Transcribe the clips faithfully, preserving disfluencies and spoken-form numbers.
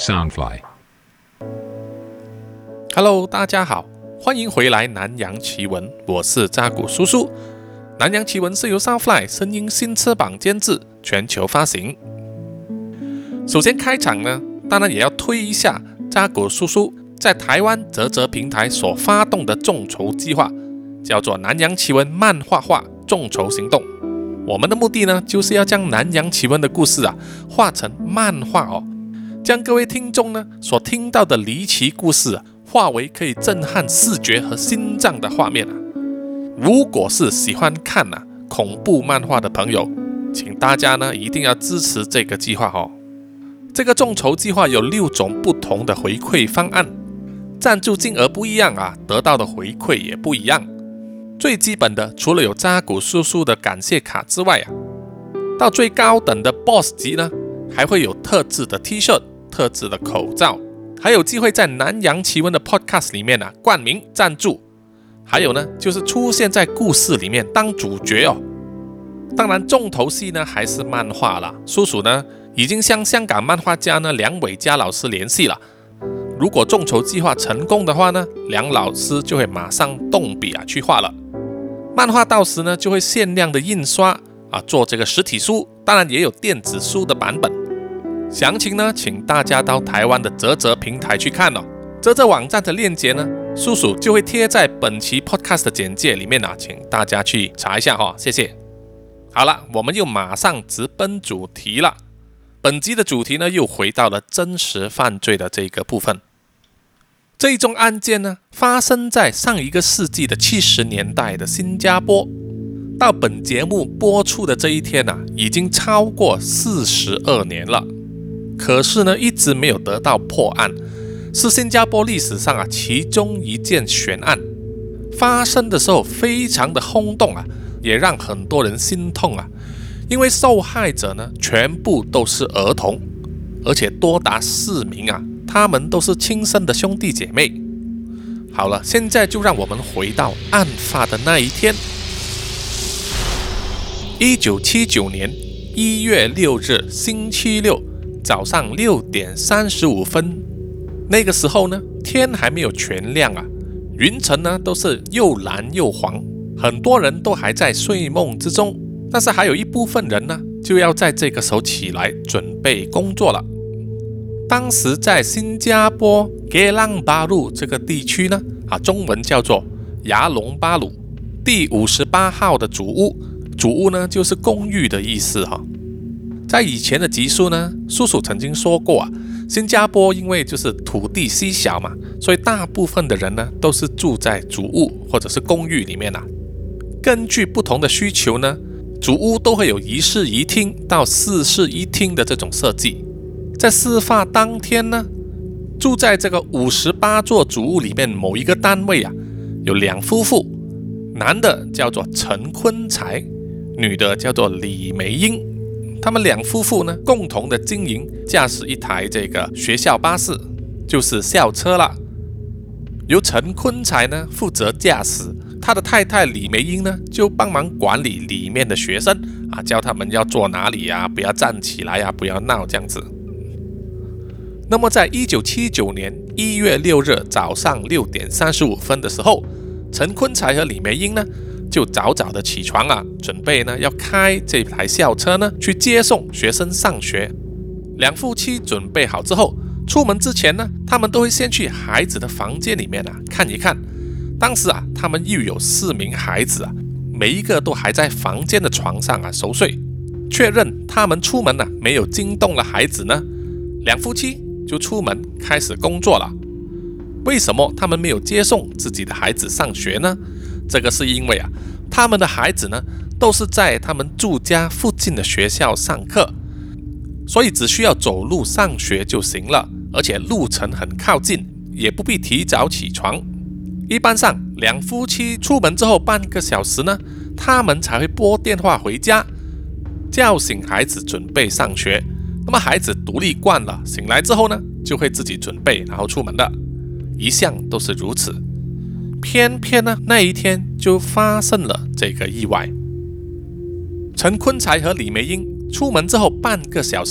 Soundfly。Hello， 大家好，欢迎回来南洋奇闻，我是扎古叔叔。南洋奇闻是由 Soundfly 声音新翅膀监制，全球发行。首先开场呢，当然也要推一下扎古叔叔在台湾嘖嘖平台所发动的众筹计划，叫做南洋奇闻漫画化众筹行动。我们的目的呢，就是要将南洋奇闻的故事啊画成漫画哦，将各位听众呢所听到的离奇故事啊，化为可以震撼视觉和心脏的画面啊。如果是喜欢看啊恐怖漫画的朋友，请大家呢一定要支持这个计划哦。这个众筹计划有六种不同的回馈方案，赞助金额不一样啊，得到的回馈也不一样。最基本的，除了有扎古叔叔的感谢卡之外啊，到最高等的 boss 级呢，还会有特制的 T 恤、特制的口罩，还有机会在南洋奇闻的 podcast 里面啊冠名赞助，还有呢就是出现在故事里面当主角哦。当然重头戏呢还是漫画啦，叔叔呢已经向香港漫画家呢梁伟嘉老师联系了。如果众筹计划成功的话呢，梁老师就会马上动笔啊去画了。漫画到时呢就会限量的印刷啊，做这个实体书，当然也有电子书的版本。详情呢，请大家到台湾的嘖嘖平台去看哦。嘖嘖网站的链接呢，叔叔就会贴在本期 podcast 的简介里面啊，请大家去查一下哈、哦，谢谢。好了，我们又马上直奔主题了。本集的主题呢，又回到了真实犯罪的这个部分。这一宗案件呢，发生在上一个世纪的七十年代的新加坡。到本节目播出的这一天啊，已经超过四十二年了。可是呢，一直没有得到破案，是新加坡历史上啊其中一件悬案。发生的时候非常的轰动啊，也让很多人心痛啊，因为受害者呢全部都是儿童，而且多达四名啊。他们都是亲生的兄弟姐妹。好了，现在就让我们回到案发的那一天。一九七九年一月六日星期六早上六点三十五分，那个时候呢，天还没有全亮啊，云层呢都是又蓝又黄，很多人都还在睡梦之中，但是还有一部分人呢，就要在这个时候起来准备工作了。当时在新加坡给朗巴路这个地区呢，啊，中文叫做牙龙巴鲁第五十八号的主屋，主屋呢就是公寓的意思哈。在以前的集数呢，叔叔曾经说过啊，新加坡因为就是土地稀小嘛，所以大部分的人呢都是住在主屋或者是公寓里面啊。根据不同的需求呢，主屋都会有一室一厅到四室一厅的这种设计。在事发当天呢，住在这个五十八座主屋里面某一个单位啊，有两夫妇，男的叫做陈坤才，女的叫做李梅英。他们两夫妇呢，共同的经营驾驶一台这个学校巴士，就是校车啦。由陈坤才呢负责驾驶，他的太太李梅英呢就帮忙管理里面的学生啊，教他们要坐哪里啊，不要站起来啊，不要闹这样子。那么在一九七九年一月六日早上六点三十五分的时候，陈坤才和李梅英呢就早早的起床啊，准备呢要开这台校车呢去接送学生上学。两夫妻准备好之后，出门之前呢，他们都会先去孩子的房间里面啊看一看。当时啊，他们又有四名孩子啊，每一个都还在房间的床上啊熟睡。确认他们出门啊没有惊动了孩子呢，两夫妻就出门开始工作了。为什么他们没有接送自己的孩子上学呢？这个是因为啊，他们的孩子呢都是在他们住家附近的学校上课，所以只需要走路上学就行了，而且路程很靠近，也不必提早起床。一般上，两夫妻出门之后半个小时呢，他们才会拨电话回家，叫醒孩子准备上学。那么孩子独立惯了，醒来之后呢，就会自己准备然后出门的，一向都是如此。偏偏呢，那一天就发生了这个意外。陈坤才和李梅英出门之后半个小时，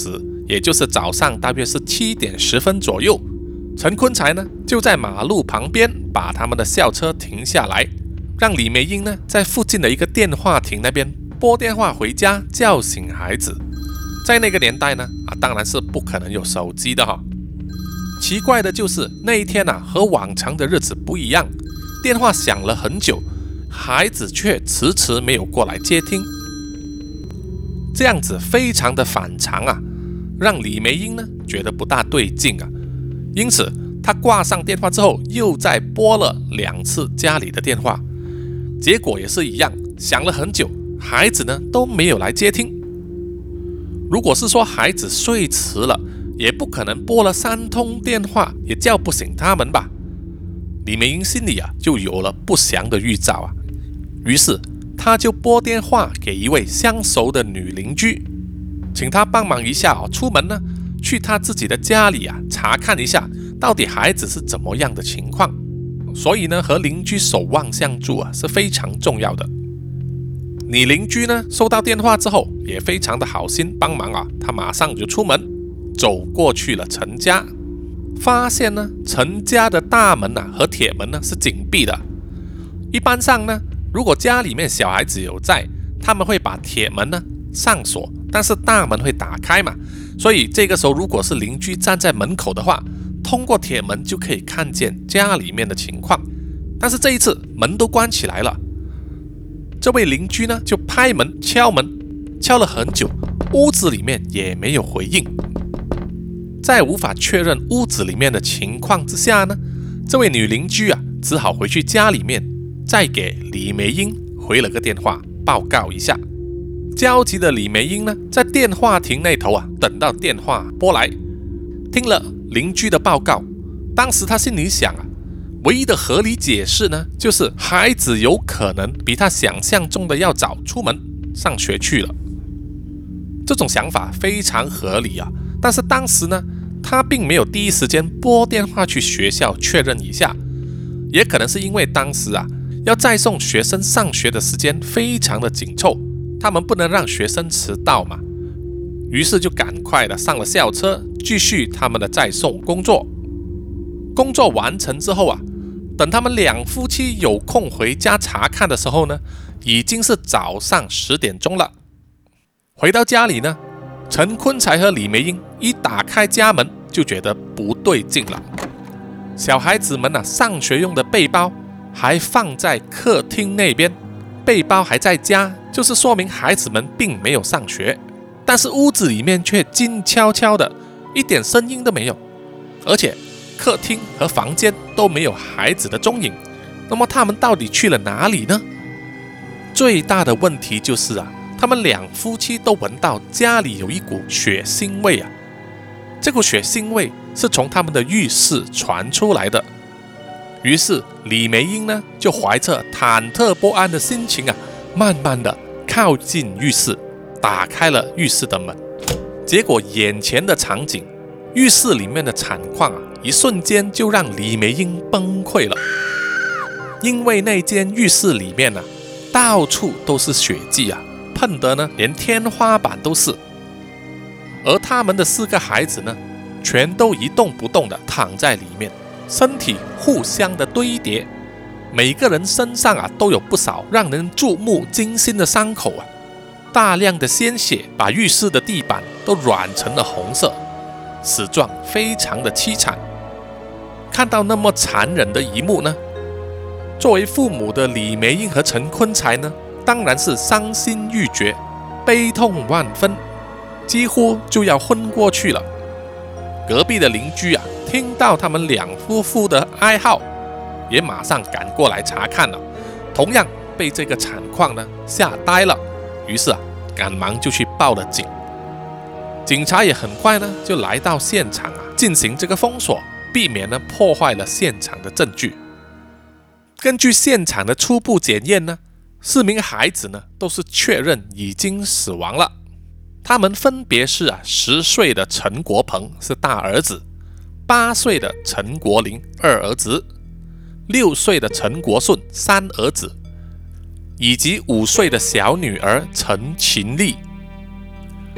也就是早上大约是七点十分左右，陈坤才呢就在马路旁边把他们的校车停下来，让李梅英呢在附近的一个电话亭那边拨电话回家叫醒孩子。在那个年代呢啊，当然是不可能有手机的哈。奇怪的就是那一天啊和往常的日子不一样，电话响了很久，孩子却迟迟没有过来接听，这样子非常的反常啊，让李梅英呢觉得不大对劲啊，因此她挂上电话之后，又再拨了两次家里的电话，结果也是一样，响了很久，孩子呢都没有来接听。如果是说孩子睡迟了，也不可能拨了三通电话也叫不醒他们吧？李梅英心里啊就有了不祥的预兆啊，于是他就拨电话给一位相熟的女邻居，请她帮忙一下哦，出门呢去她自己的家里啊查看一下，到底孩子是怎么样的情况。所以呢，和邻居守望相助啊是非常重要的。女邻居呢收到电话之后也非常的好心帮忙啊，她马上就出门走过去了陈家，发现呢陈家的大门啊和铁门呢是紧闭的。一般上呢，如果家里面小孩子有在，他们会把铁门呢上锁，但是大门会打开嘛，所以这个时候如果是邻居站在门口的话，通过铁门就可以看见家里面的情况。但是这一次门都关起来了，这位邻居呢就拍门敲门，敲了很久，屋子里面也没有回应。在无法确认屋子里面的情况之下呢，这位女邻居啊只好回去家里面再给李梅英回了个电话报告一下。焦急的李梅英呢在电话亭那头啊等到电话拨来，听了邻居的报告，当时他心里想啊，唯一的合理解释呢就是孩子有可能比他想象中的要早出门上学去了。这种想法非常合理啊，但是当时呢他并没有第一时间拨电话去学校确认一下，也可能是因为当时啊要再送学生上学的时间非常的紧凑，他们不能让学生迟到嘛，于是就赶快的上了校车，继续他们的载送工作。工作完成之后啊，等他们两夫妻有空回家查看的时候呢，已经是早上十点钟了。回到家里呢，陈坤才和李梅英一打开家门就觉得不对劲了。小孩子们啊上学用的背包还放在客厅那边，背包还在家，就是说明孩子们并没有上学，但是屋子里面却静悄悄的，一点声音都没有，而且客厅和房间都没有孩子的踪影。那么他们到底去了哪里呢？最大的问题就是啊，他们两夫妻都闻到家里有一股血腥味啊，这股血腥味是从他们的浴室传出来的。于是李梅英呢就怀着忐忑不安的心情啊，慢慢的靠近浴室，打开了浴室的门。结果眼前的场景，浴室里面的惨况啊，一瞬间就让李梅英崩溃了。因为那间浴室里面啊，到处都是血迹啊，碰得呢连天花板都是。而他们的四个孩子呢，全都一动不动的躺在里面，身体互相的堆叠，每个人身上啊都有不少让人注目惊心的伤口啊，大量的鲜血把浴室的地板都染成了红色，死状非常的凄惨。看到那么残忍的一幕呢，作为父母的李梅英和陈坤才呢，当然是伤心欲绝，悲痛万分，几乎就要昏过去了。隔壁的邻居啊，听到他们两夫妇的哀嚎，也马上赶过来查看了，同样被这个惨况呢吓呆了，于是啊，赶忙就去报了警。警察也很快呢就来到现场啊，进行这个封锁，避免呢破坏了现场的证据。根据现场的初步检验呢，四名孩子呢都是确认已经死亡了。他们分别是啊十岁的陈国鹏是大儿子，八岁的陈国林二儿子，六岁的陈国顺三儿子，以及五岁的小女儿陈秦丽。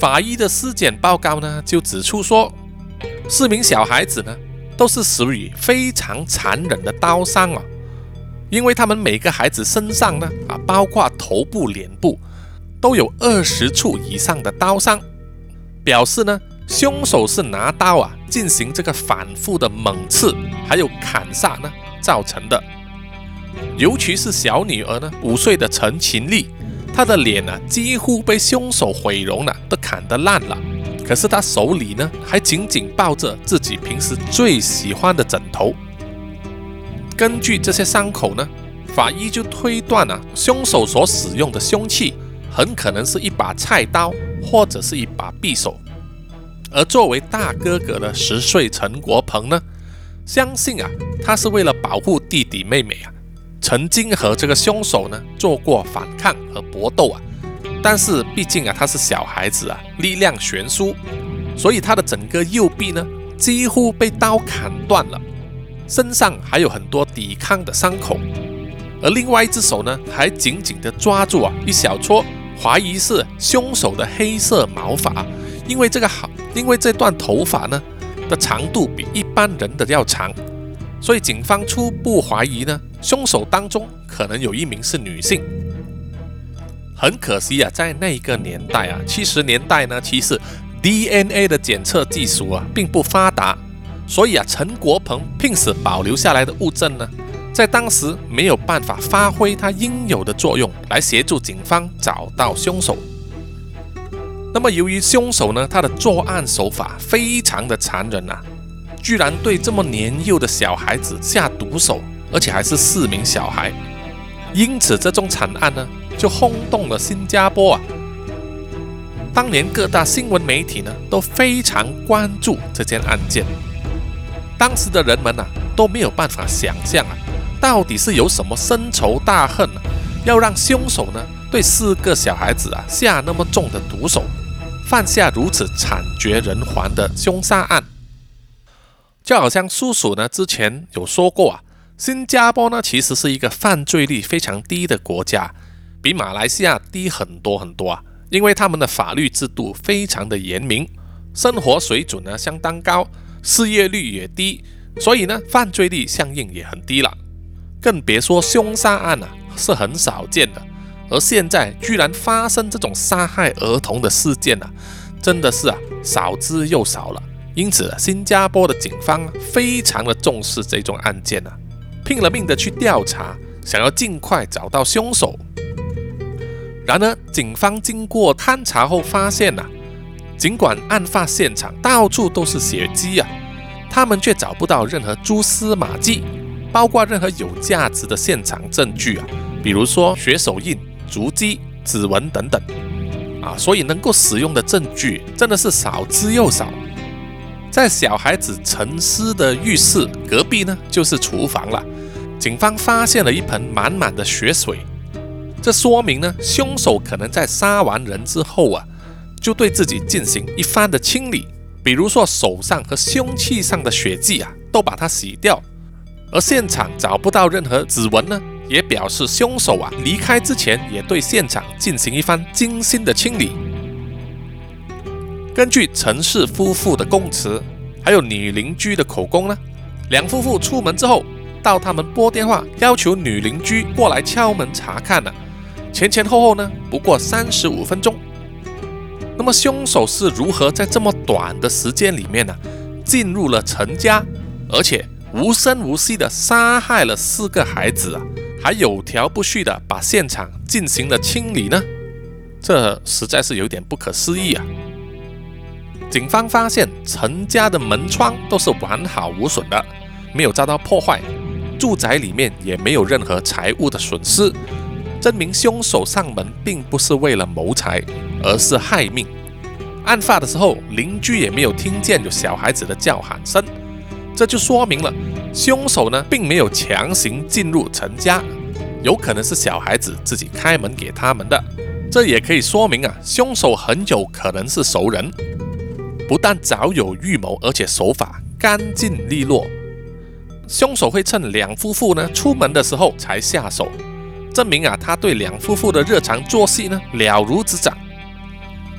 法医的尸检报告呢就指出说，四名小孩子呢都是属于非常残忍的刀伤哦，因为他们每个孩子身上呢啊，包括头部、脸部都有二十处以上的刀伤，表示呢凶手是拿刀啊进行这个反复的猛刺还有砍杀呢造成的。尤其是小女儿呢五岁的陈琴丽，她的脸呢几乎被凶手毁容了，都砍得烂了，可是她手里呢还紧紧抱着自己平时最喜欢的枕头。根据这些伤口呢，法医就推断啊，凶手所使用的凶器很可能是一把菜刀或者是一把匕首。而作为大哥哥的十岁陈国鹏呢，相信啊，他是为了保护弟弟妹妹啊，曾经和这个凶手呢做过反抗和搏斗啊。但是毕竟啊他是小孩子啊，力量悬殊，所以他的整个右臂呢几乎被刀砍断了，身上还有很多抵抗的伤口。而另外一只手呢还紧紧地抓住啊一小撮怀疑是凶手的黑色毛发，因为这个好，因为这段头发呢的长度比一般人的要长，所以警方初步怀疑呢，凶手当中可能有一名是女性。很可惜啊，在那个年代啊，七十年代呢，其实 D N A 的检测技术啊并不发达，所以啊，陈国鹏拼死保留下来的物证呢，在当时没有办法发挥它应有的作用，来协助警方找到凶手。那么由于凶手呢，他的作案手法非常的残忍啊，居然对这么年幼的小孩子下毒手，而且还是四名小孩，因此这宗惨案呢就轰动了新加坡啊。当年各大新闻媒体呢都非常关注这件案件，当时的人们啊都没有办法想象啊，到底是有什么深仇大恨啊，要让凶手呢对四个小孩子啊下那么重的毒手，犯下如此惨绝人寰的凶杀案。就好像叔叔呢之前有说过啊，新加坡呢其实是一个犯罪率非常低的国家，比马来西亚低很多很多啊，因为他们的法律制度非常的严明，生活水准呢相当高，失业率也低，所以呢犯罪率相应也很低了，更别说凶杀案啊是很少见的。而现在居然发生这种杀害儿童的事件啊，真的是啊少之又少了。因此新加坡的警方非常的重视这种案件啊，拼了命的去调查，想要尽快找到凶手。然而警方经过勘查后发现啊，尽管案发现场到处都是血迹啊，他们却找不到任何蛛丝马迹，包括任何有价值的现场证据啊，比如说血手印、足迹、指纹等等啊，所以能够使用的证据真的是少之又少。在小孩子沉尸的浴室隔壁呢，就是厨房了。警方发现了一盆满满的血水，这说明呢，凶手可能在杀完人之后啊，就对自己进行一番的清理，比如说手上和凶器上的血迹啊，都把它洗掉。而现场找不到任何指纹呢，也表示凶手啊离开之前也对现场进行一番精心的清理。根据陈氏夫妇的供词，还有女邻居的口供呢，两夫妇出门之后，到他们拨电话要求女邻居过来敲门查看呢、啊，前前后后呢不过三十五分钟。那么凶手是如何在这么短的时间里面呢、啊，进入了陈家，而且无声无息的杀害了四个孩子啊，还有条不紊的把现场进行了清理呢？这实在是有点不可思议啊！警方发现陈家的门窗都是完好无损的，没有遭到破坏，住宅里面也没有任何财物的损失，证明凶手上门并不是为了谋财，而是害命。案发的时候，邻居也没有听见有小孩子的叫喊声，这就说明了凶手呢并没有强行进入陈家，有可能是小孩子自己开门给他们的。这也可以说明啊，凶手很有可能是熟人，不但早有预谋，而且手法干净利落。凶手会趁两夫妇呢出门的时候才下手，证明啊他对两夫妇的日常作息呢了如指掌。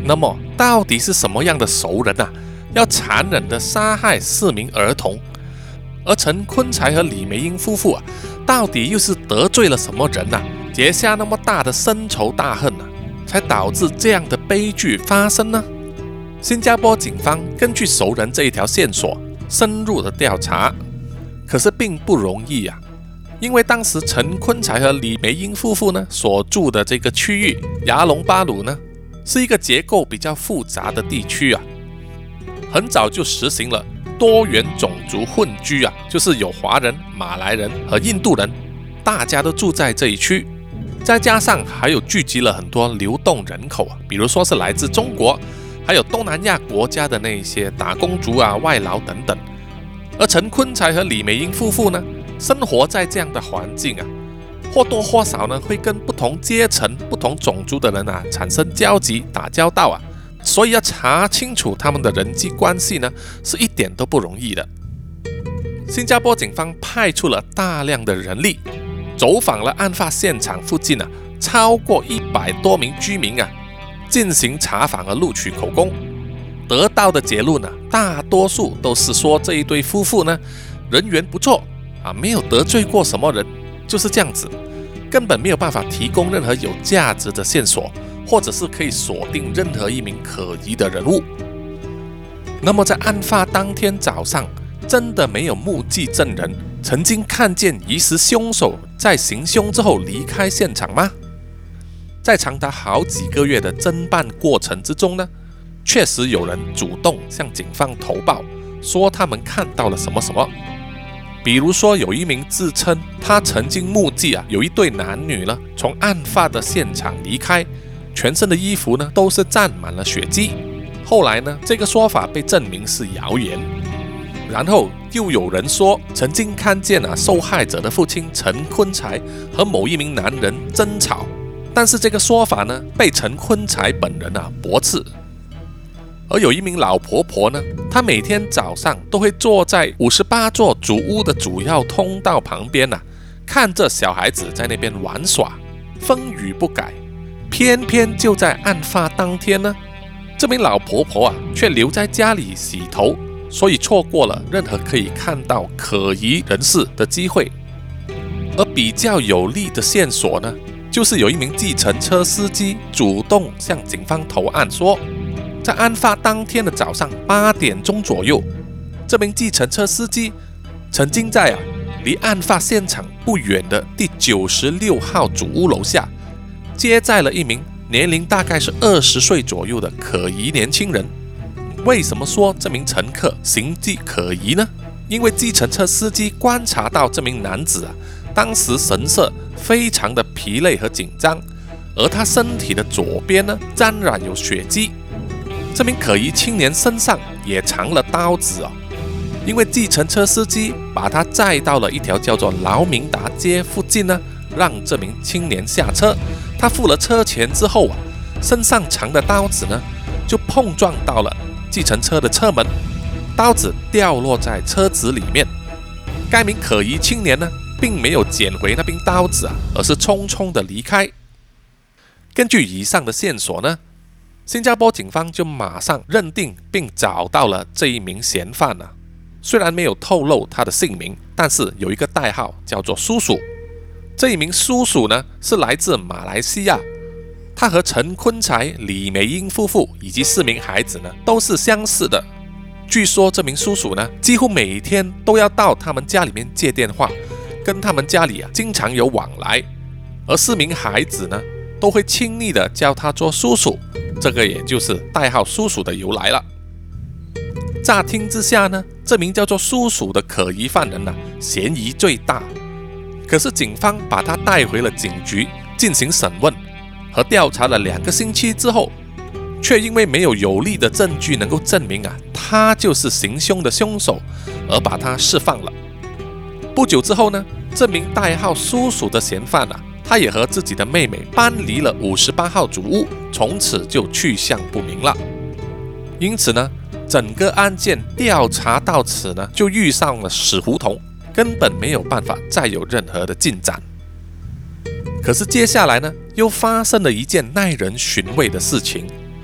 那么，到底是什么样的熟人啊，要残忍地杀害四名儿童？而陈坤才和李梅英夫妇啊，到底又是得罪了什么人啊，结下那么大的深仇大恨啊，才导致这样的悲剧发生呢？新加坡警方根据熟人这一条线索深入的调查，可是并不容易啊，因为当时陈坤才和李梅英夫妇呢所住的这个区域牙龙巴鲁呢，是一个结构比较复杂的地区啊，很早就实行了多元种族混居啊，就是有华人、马来人和印度人，大家都住在这一区，再加上还有聚集了很多流动人口啊，比如说是来自中国，还有东南亚国家的那些打工族啊、外劳等等。而陈坤才和李梅英夫妇呢，生活在这样的环境啊，或多或少呢会跟不同阶层、不同种族的人啊产生交集、打交道啊，所以要查清楚他们的人际关系呢，是一点都不容易的。新加坡警方派出了大量的人力，走访了案发现场附近啊，超过一百多名居民啊，进行查访和录取口供。得到的结论呢，大多数都是说这一对夫妇呢，人缘不错啊，没有得罪过什么人，就是这样子，根本没有办法提供任何有价值的线索，或者是可以锁定任何一名可疑的人物。那么在案发当天早上，真的没有目击证人曾经看见疑似凶手在行凶之后离开现场吗？在长达好几个月的侦办过程之中呢，确实有人主动向警方投报，说他们看到了什么什么。比如说有一名自称他曾经目击啊，有一对男女呢从案发的现场离开，全身的衣服呢都是沾满了血迹。后来呢，这个说法被证明是谣言。然后又有人说曾经看见啊受害者的父亲陈坤才和某一名男人争吵，但是这个说法呢被陈坤才本人啊驳斥。而有一名老婆婆呢，她每天早上都会坐在五十八座主屋的主要通道旁边啊，看着小孩子在那边玩耍，风雨不改。偏偏就在案发当天呢，这名老婆婆啊却留在家里洗头，所以错过了任何可以看到可疑人士的机会。而比较有力的线索呢，就是有一名计程车司机主动向警方投案说，在案发当天的早上八点钟左右，这名计程车司机曾经在啊离案发现场不远的第九十六号主屋楼下接载了一名年龄大概是二十岁左右的可疑年轻人。为什么说这名乘客行迹可疑呢？因为计程车司机观察到这名男子啊，当时神色非常的疲累和紧张，而他身体的左边呢沾染有血迹。这名可疑青年身上也藏了刀子哦，因为计程车司机把他载到了一条叫做劳明达街附近呢，让这名青年下车。他付了车钱之后啊，身上藏的刀子呢就碰撞到了计程车的车门，刀子掉落在车子里面。该名可疑青年呢并没有捡回那柄刀子啊，而是匆匆的离开。根据以上的线索呢，新加坡警方就马上认定并找到了这一名嫌犯啊，虽然没有透露他的姓名，但是有一个代号叫做叔叔。这一名叔叔呢是来自马来西亚，他和陈坤才、李梅英夫妇以及四名孩子呢都是相似的。据说这名叔叔呢几乎每天都要到他们家里面接电话，跟他们家里啊经常有往来，而四名孩子呢都会亲昵的叫他做叔叔，这个也就是代号叔叔的由来了。乍听之下呢，这名叫做叔叔的可疑犯人呢、啊、嫌疑最大。可是警方把他带回了警局进行审问和调查了两个星期之后，却因为没有有力的证据能够证明啊他就是行凶的凶手，而把他释放了。不久之后呢，这名代号叔叔的嫌犯啊，他也和自己的妹妹搬离了五十八号主屋，从此就去向不明了。因此呢，整个案件调查到此呢，就遇上了死胡同，根本没有办法再有任何的进展。可是接下来呢，又发生了一件耐人寻味的事情。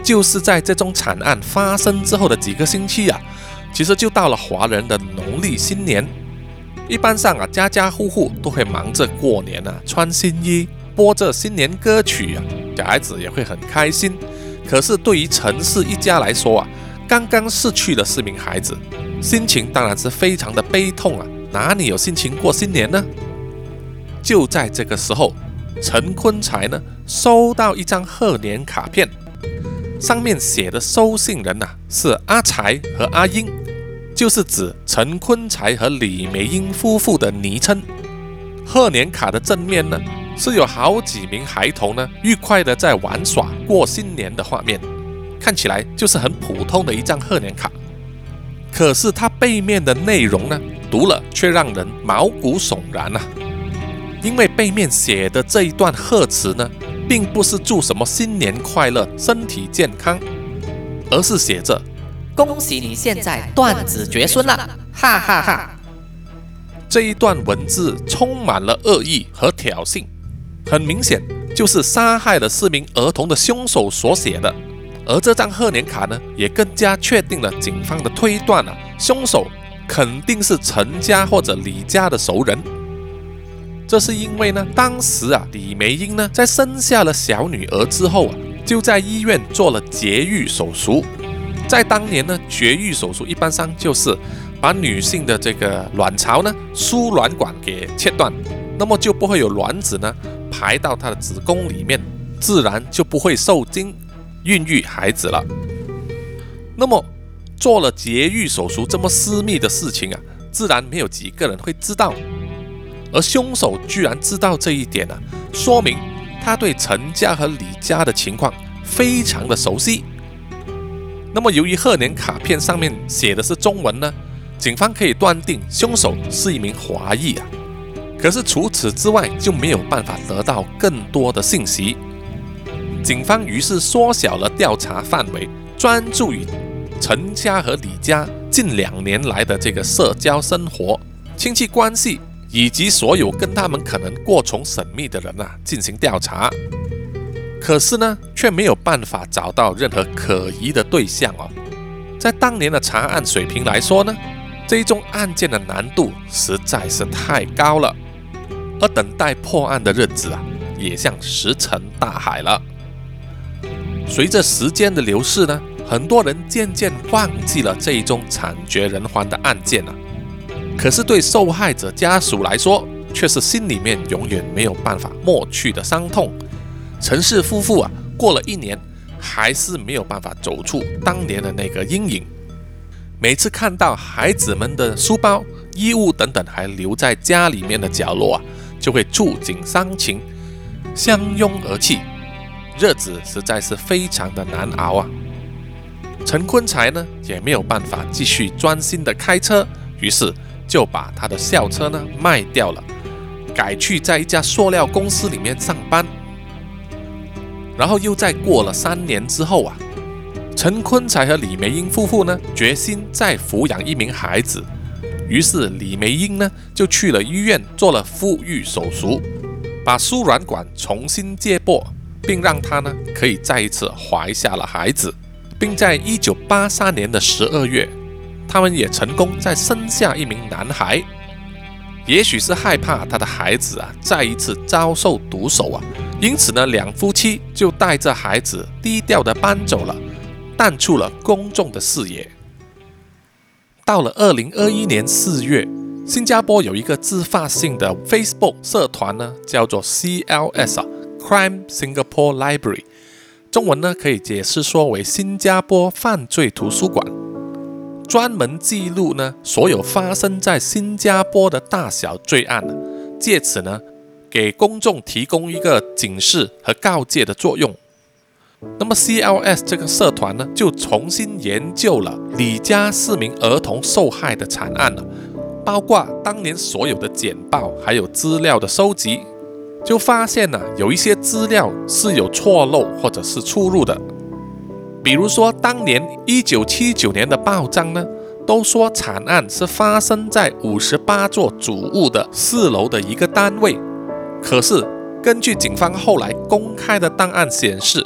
就是在这宗惨案发生之后的几个星期啊，其实就到了华人的农历新年。一般上啊，家家户户都会忙着过年啊，穿新衣，播着新年歌曲啊，小孩子也会很开心。可是对于陈氏一家来说啊，刚刚逝去的四名孩子，心情当然是非常的悲痛啊，哪里有心情过新年呢？就在这个时候，陈坤才呢收到一张贺年卡片，上面写的收信人啊是阿才和阿英，就是指陈坤才和李梅英夫妇的昵称。贺年卡的正面呢是有好几名孩童呢愉快的在玩耍过新年的画面，看起来就是很普通的一张贺年卡。可是它背面的内容呢，读了却让人毛骨悚然啊！因为背面写的这一段贺词呢，并不是祝什么新年快乐、身体健康，而是写着恭喜你现在断子绝孙了，哈哈哈！ 这一段文字充满了恶意和挑衅，很明显就是杀害了四名儿童的凶手所写的。而这张贺年卡呢，也更加确定了警方的推断啊，凶手肯定是陈家或者李家的熟人。这是因为呢，当时啊，李梅英呢在生下了小女儿之后啊，就在医院做了绝育手术。在当年呢，绝育手术一般上就是把女性的这个卵巢呢输卵管给切断，那么就不会有卵子呢排到她的子宫里面，自然就不会受精孕育孩子了。那么做了绝育手术这么私密的事情啊，自然没有几个人会知道。而凶手居然知道这一点啊，说明他对陈家和李家的情况非常的熟悉。那么由于贺年卡片上面写的是中文呢，警方可以断定凶手是一名华裔啊。可是除此之外就没有办法得到更多的信息。警方于是缩小了调查范围，专注于陈家和李家近两年来的这个社交生活、亲戚关系，以及所有跟他们可能过从神秘的人啊进行调查。可是呢，却没有办法找到任何可疑的对象哦。在当年的查案水平来说呢，这一宗案件的难度实在是太高了，而等待破案的日子啊，也像石沉大海了。随着时间的流逝呢，很多人渐渐忘记了这一宗惨绝人寰的案件啊。可是对受害者家属来说，却是心里面永远没有办法抹去的伤痛。陈氏夫妇啊，过了一年，还是没有办法走出当年的那个阴影。每次看到孩子们的书包、衣物等等还留在家里面的角落啊，就会触景伤情，相拥而泣，日子实在是非常的难熬啊。陈坤才呢，也没有办法继续专心的开车，于是就把他的校车呢卖掉了，改去在一家塑料公司里面上班。然后又再过了三年之后啊，陈坤才和李梅英夫妇呢决心再抚养一名孩子，于是李梅英呢就去了医院做了复育手术，把输卵管重新接驳，并让她呢可以再一次怀下了孩子，并在一九八三年的十二月，他们也成功再生下一名男孩。也许是害怕他的孩子啊再一次遭受毒手啊，因此呢，两夫妻就带着孩子低调的搬走了，淡出了公众的视野。到了二零二一年四月，新加坡有一个自发性的 Facebook 社团呢，叫做 C L S 啊 Crime Singapore Library， 中文呢可以解释说为新加坡犯罪图书馆，专门记录呢所有发生在新加坡的大小罪案，借此呢给公众提供一个警示和告诫的作用。那么 C L S 这个社团呢，就重新研究了李家四名儿童受害的惨案了，包括当年所有的简报还有资料的收集，就发现呢、啊、有一些资料是有错漏或者是出入的。比如说当年一九七九年的报章呢，都说惨案是发生在五十八座主屋的四楼的一个单位，可是根据警方后来公开的档案显示，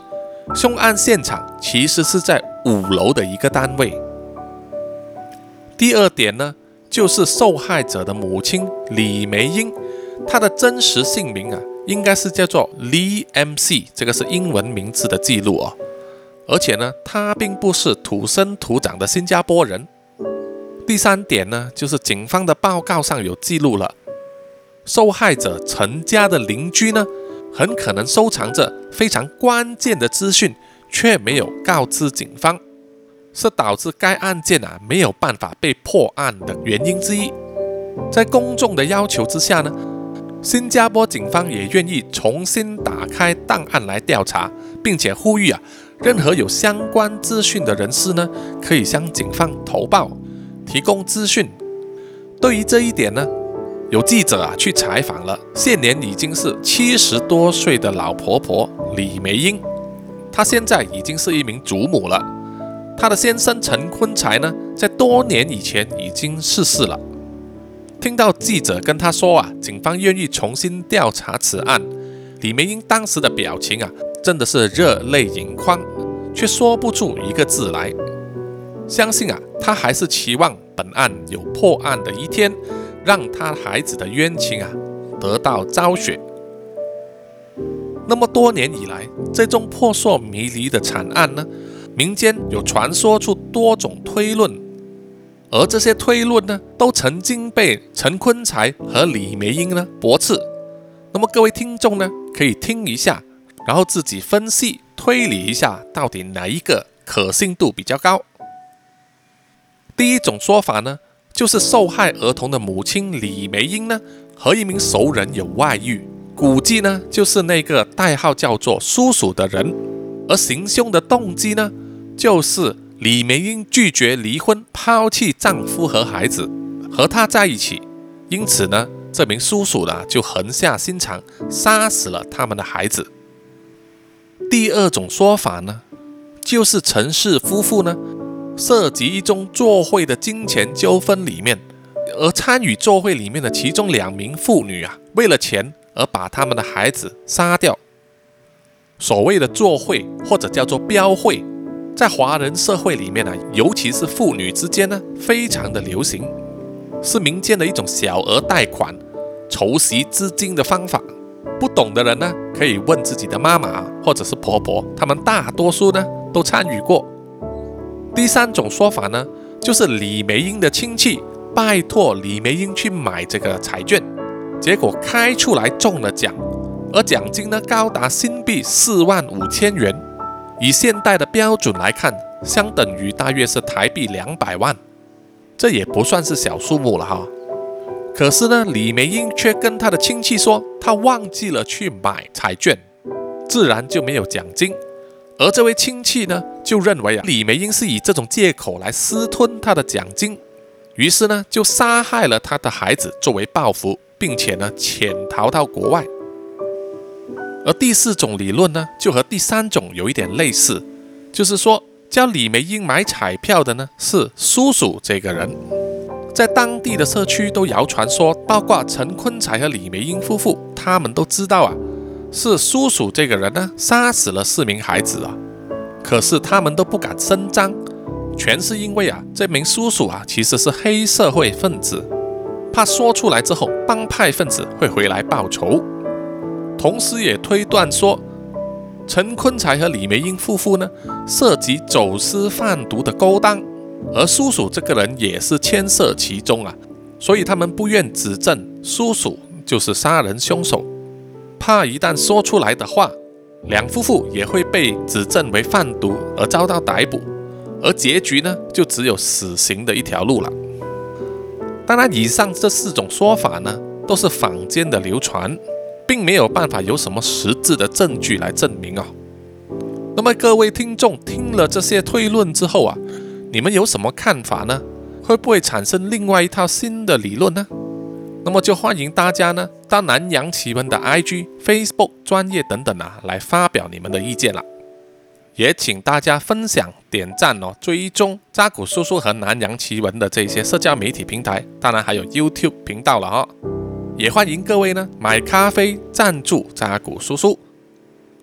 凶案现场其实是在五楼的一个单位。第二点呢，就是受害者的母亲李梅英，她的真实姓名啊，应该是叫做 Lee M C， 这个是英文名字的记录哦。而且呢，她并不是土生土长的新加坡人。第三点呢，就是警方的报告上有记录了，受害者陈家的邻居呢，很可能收藏着非常关键的资讯，却没有告知警方，是导致该案件啊没有办法被破案的原因之一。在公众的要求之下呢，新加坡警方也愿意重新打开档案来调查，并且呼吁啊，任何有相关资讯的人士呢，可以向警方投报，提供资讯。对于这一点呢，有记者啊去采访了现年已经是七十多岁的老婆婆李梅英，她现在已经是一名祖母了。她的先生陈坤才呢，在多年以前已经逝世了。听到记者跟她说啊，警方愿意重新调查此案，李梅英当时的表情啊，真的是热泪盈眶，却说不出一个字来。相信啊，她还是期望本案有破案的一天，让他孩子的冤情啊得到昭雪。那么多年以来，这宗扑朔迷离的惨案呢，民间有传说出多种推论，而这些推论呢，都曾经被陈坤才和李梅英呢驳斥。那么各位听众呢，可以听一下，然后自己分析推理一下，到底哪一个可信度比较高。第一种说法呢，就是受害儿童的母亲李梅英呢，和一名熟人有外遇，估计呢就是那个代号叫做叔叔的人，而行凶的动机呢，就是李梅英拒绝离婚，抛弃丈夫和孩子，和他在一起，因此呢，这名叔叔呢就狠下心肠，杀死了他们的孩子。第二种说法呢，就是陈氏夫妇呢，涉及一宗作会的金钱纠纷里面，而参与作会里面的其中两名妇女啊，为了钱而把他们的孩子杀掉。所谓的作会或者叫做标会，在华人社会里面呢、啊，尤其是妇女之间呢，非常的流行，是民间的一种小额贷款、筹集资金的方法。不懂的人呢，可以问自己的妈妈或者是婆婆，他们大多数呢都参与过。第三种说法呢，就是李梅英的亲戚拜托李梅英去买这个彩券，结果开出来中了奖，而奖金呢高达新币四万五千元，以现代的标准来看，相等于大约是台币两百万，这也不算是小数目了哈。可是呢，李梅英却跟她的亲戚说，她忘记了去买彩券，自然就没有奖金。而这位亲戚呢，就认为啊，李梅英是以这种借口来私吞她的奖金，于是呢，就杀害了她的孩子作为报复，并且呢，潜逃到国外。而第四种理论呢，就和第三种有一点类似，就是说，叫李梅英买彩票的呢，是叔叔这个人。在当地的社区都谣传说，包括陈坤才和李梅英夫妇，他们都知道啊，是叔叔这个人呢杀死了四名孩子啊，可是他们都不敢声张，全是因为啊，这名叔叔啊其实是黑社会分子，怕说出来之后帮派分子会回来报仇。同时也推断说，陈坤才和李梅英夫妇呢涉及走私贩毒的勾当，而叔叔这个人也是牵涉其中啊，所以他们不愿指证叔叔就是杀人凶手，怕一旦说出来的话，两夫妇也会被指证为贩毒而遭到逮捕，而结局呢就只有死刑的一条路了。当然，以上这四种说法呢都是坊间的流传，并没有办法有什么实质的证据来证明哦。那么各位听众听了这些推论之后啊，你们有什么看法呢？会不会产生另外一套新的理论呢？那么就欢迎大家呢到南洋奇闻的 I G、Facebook 专页等等啊，来发表你们的意见了。也请大家分享、点赞哦，追踪扎古叔叔和南洋奇闻的这些社交媒体平台，当然还有 YouTube 频道了哦。也欢迎各位呢买咖啡赞助扎古叔叔。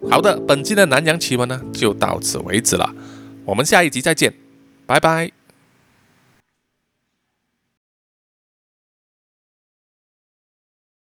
好的，本期的南洋奇闻呢就到此为止了，我们下一集再见，拜拜。